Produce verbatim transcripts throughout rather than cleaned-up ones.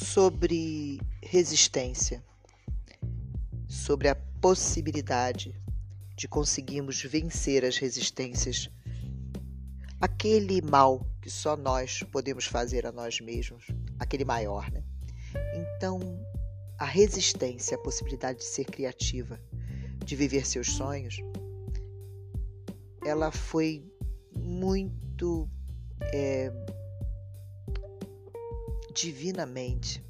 sobre resistência, sobre a possibilidade de conseguirmos vencer as resistências, aquele mal que só nós podemos fazer a nós mesmos, aquele maior, né? Então, a resistência, a possibilidade de ser criativa, de viver seus sonhos, ela foi muito é, divinamente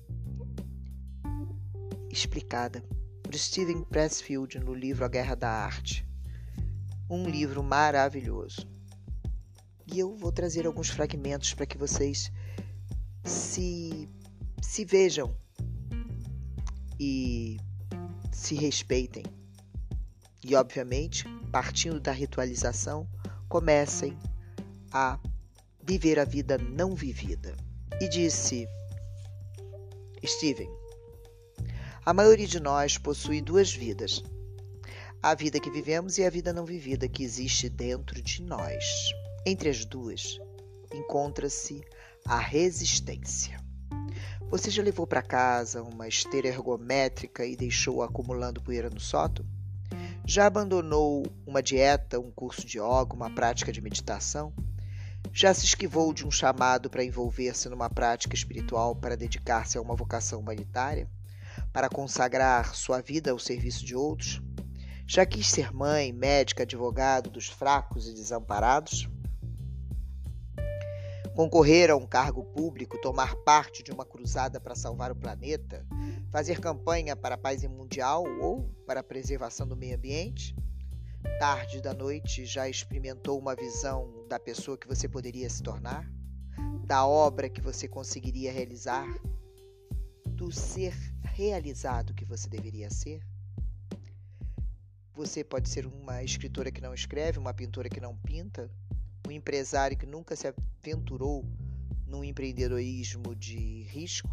explicada por Steven Pressfield no livro A Guerra da Arte. Um livro maravilhoso. E eu vou trazer alguns fragmentos para que vocês se, se vejam e se respeitem. E, obviamente, partindo da ritualização, comecem a viver a vida não vivida. E disse Steven: a maioria de nós possui duas vidas. A vida que vivemos e a vida não vivida que existe dentro de nós. Entre as duas, encontra-se a resistência. Você já levou para casa uma esteira ergométrica e deixou-a acumulando poeira no sótão? Já abandonou uma dieta, um curso de yoga, uma prática de meditação? Já se esquivou de um chamado para envolver-se numa prática espiritual para dedicar-se a uma vocação humanitária? Para consagrar sua vida ao serviço de outros? Já quis ser mãe, médica, advogado dos fracos e desamparados? Concorrer a um cargo público, tomar parte de uma cruzada para salvar o planeta, fazer campanha para a paz mundial ou para a preservação do meio ambiente? Tarde da noite já experimentou uma visão da pessoa que você poderia se tornar? Da obra que você conseguiria realizar? Do ser realizado que você deveria ser? Você pode ser uma escritora que não escreve, uma pintora que não pinta, um empresário que nunca se aventurou num empreendedorismo de risco?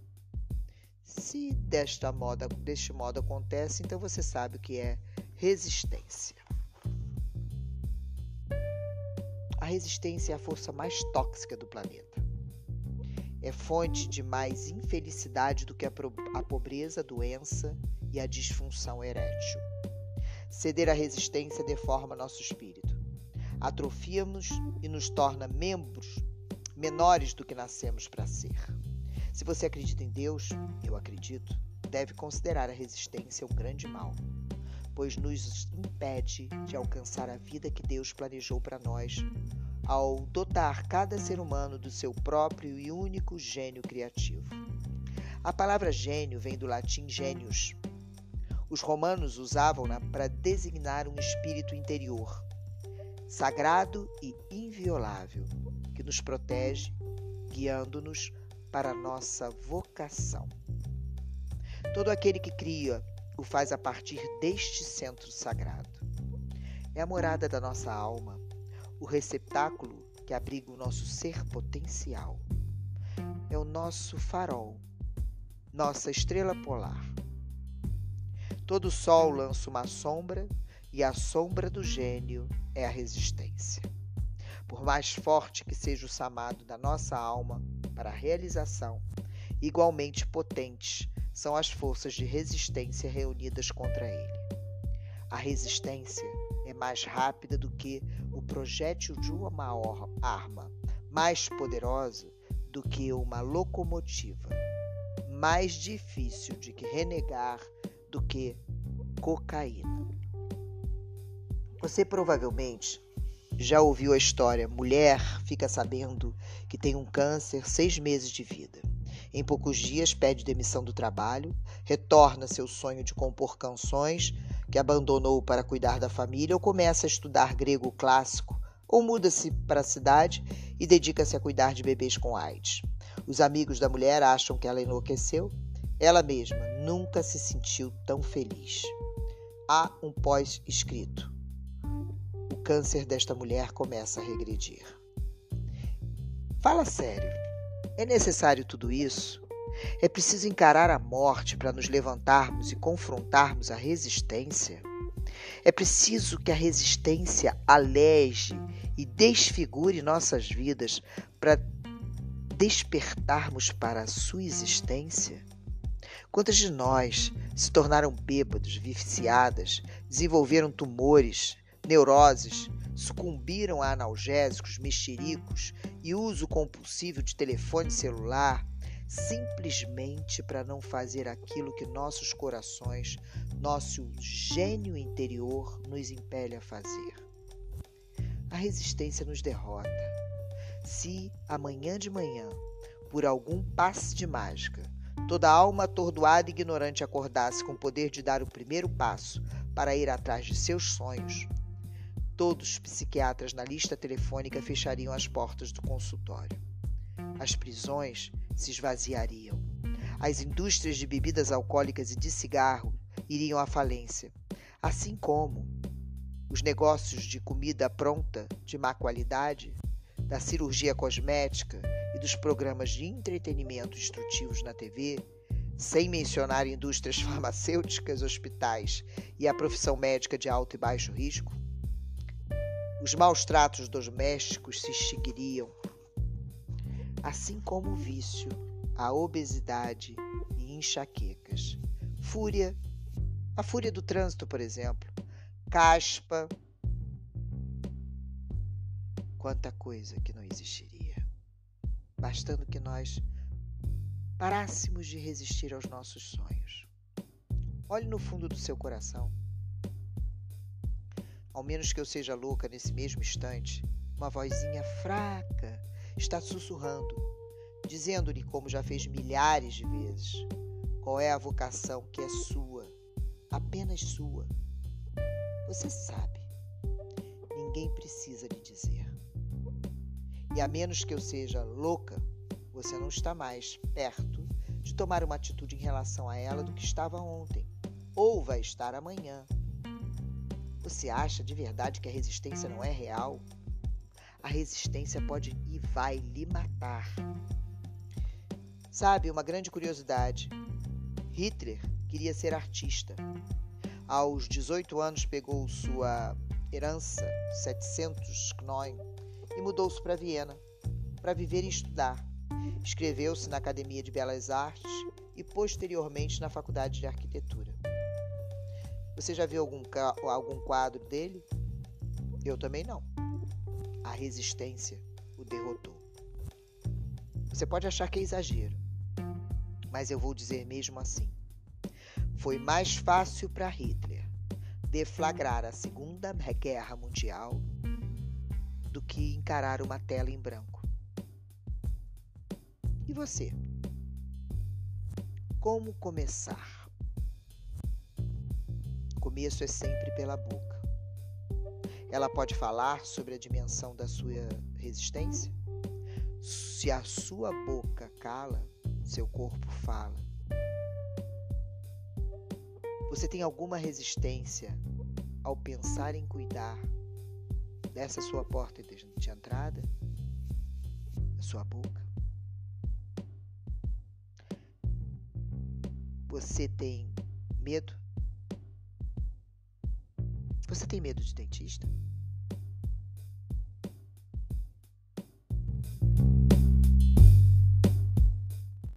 Se desta modo, deste modo acontece, então você sabe o que é resistência. A resistência é a força mais tóxica do planeta. É fonte de mais infelicidade do que a, pro- a pobreza, a doença e a disfunção erétil. Ceder à resistência deforma nosso espírito. Atrofia-nos e nos torna membros menores do que nascemos para ser. Se você acredita em Deus, eu acredito, deve considerar a resistência um grande mal, pois nos impede de alcançar a vida que Deus planejou para nós, ao dotar cada ser humano do seu próprio e único gênio criativo. A palavra gênio vem do latim genius. Os romanos usavam-na para designar um espírito interior, sagrado e inviolável, que nos protege, guiando-nos para a nossa vocação. Todo aquele que cria o faz a partir deste centro sagrado. É a morada da nossa alma, o receptáculo que abriga o nosso ser potencial. É o nosso farol, nossa estrela polar. Todo sol lança uma sombra e a sombra do gênio é a resistência. Por mais forte que seja o chamado da nossa alma para a realização, igualmente potentes são as forças de resistência reunidas contra ele. A resistência é mais rápida do que o projétil de uma arma, mais poderosa do que uma locomotiva, mais difícil de que renegar do que cocaína. Você provavelmente já ouviu a história: mulher fica sabendo que tem um câncer, seis meses de vida. Em poucos dias pede demissão do trabalho, retorna seu sonho de compor canções que abandonou para cuidar da família, ou começa a estudar grego clássico, ou muda-se para a cidade e dedica-se a cuidar de bebês com AIDS. Os amigos da mulher acham que ela enlouqueceu. Ela mesma nunca se sentiu tão feliz. Há um pós-escrito. O câncer desta mulher começa a regredir. Fala sério. É necessário tudo isso? É preciso encarar a morte para nos levantarmos e confrontarmos a resistência? É preciso que a resistência aleje e desfigure nossas vidas para despertarmos para a sua existência? Quantas de nós se tornaram bêbados, viciadas, desenvolveram tumores, neuroses, sucumbiram a analgésicos, mexericos e uso compulsivo de telefone celular, simplesmente para não fazer aquilo que nossos corações, nosso gênio interior nos impele a fazer? A resistência nos derrota. Se amanhã de manhã, por algum passe de mágica, toda alma atordoada e ignorante acordasse com o poder de dar o primeiro passo para ir atrás de seus sonhos, todos os psiquiatras na lista telefônica fechariam as portas do consultório. As prisões se esvaziariam. As indústrias de bebidas alcoólicas e de cigarro iriam à falência, assim como os negócios de comida pronta, de má qualidade, da cirurgia cosmética e dos programas de entretenimento instrutivos na T V, sem mencionar indústrias farmacêuticas, hospitais e a profissão médica de alto e baixo risco. Os maus tratos domésticos se extinguiriam, assim como o vício, a obesidade e enxaquecas. Fúria, a fúria do trânsito, por exemplo, caspa, quanta coisa que não existiria, bastando que nós parássemos de resistir aos nossos sonhos. Olhe no fundo do seu coração. Ao menos que eu seja louca nesse mesmo instante, uma vozinha fraca está sussurrando, dizendo-lhe, como já fez milhares de vezes, qual é a vocação que é sua, apenas sua. Você sabe. Ninguém precisa lhe dizer. E a menos que eu seja louca, você não está mais perto de tomar uma atitude em relação a ela do que estava ontem, ou vai estar amanhã. Você acha de verdade que a resistência não é real? A resistência pode e vai lhe matar. Sabe, uma grande curiosidade. Hitler queria ser artista. Aos dezoito anos pegou sua herança, setecentos Knochen, e mudou-se para Viena, para viver e estudar. Inscreveu-se na Academia de Belas Artes e posteriormente na Faculdade de Arquitetura. Você já viu algum, algum quadro dele? Eu também não. A resistência o derrotou. Você pode achar que é exagero, mas eu vou dizer mesmo assim. Foi mais fácil para Hitler deflagrar a Segunda Guerra Mundial do que encarar uma tela em branco. E você? Como começar? O começo é sempre pela boca. Ela pode falar sobre a dimensão da sua resistência? Se a sua boca cala, seu corpo fala. Você tem alguma resistência ao pensar em cuidar dessa sua porta de entrada? A sua boca? Você tem medo? Você tem medo de dentista?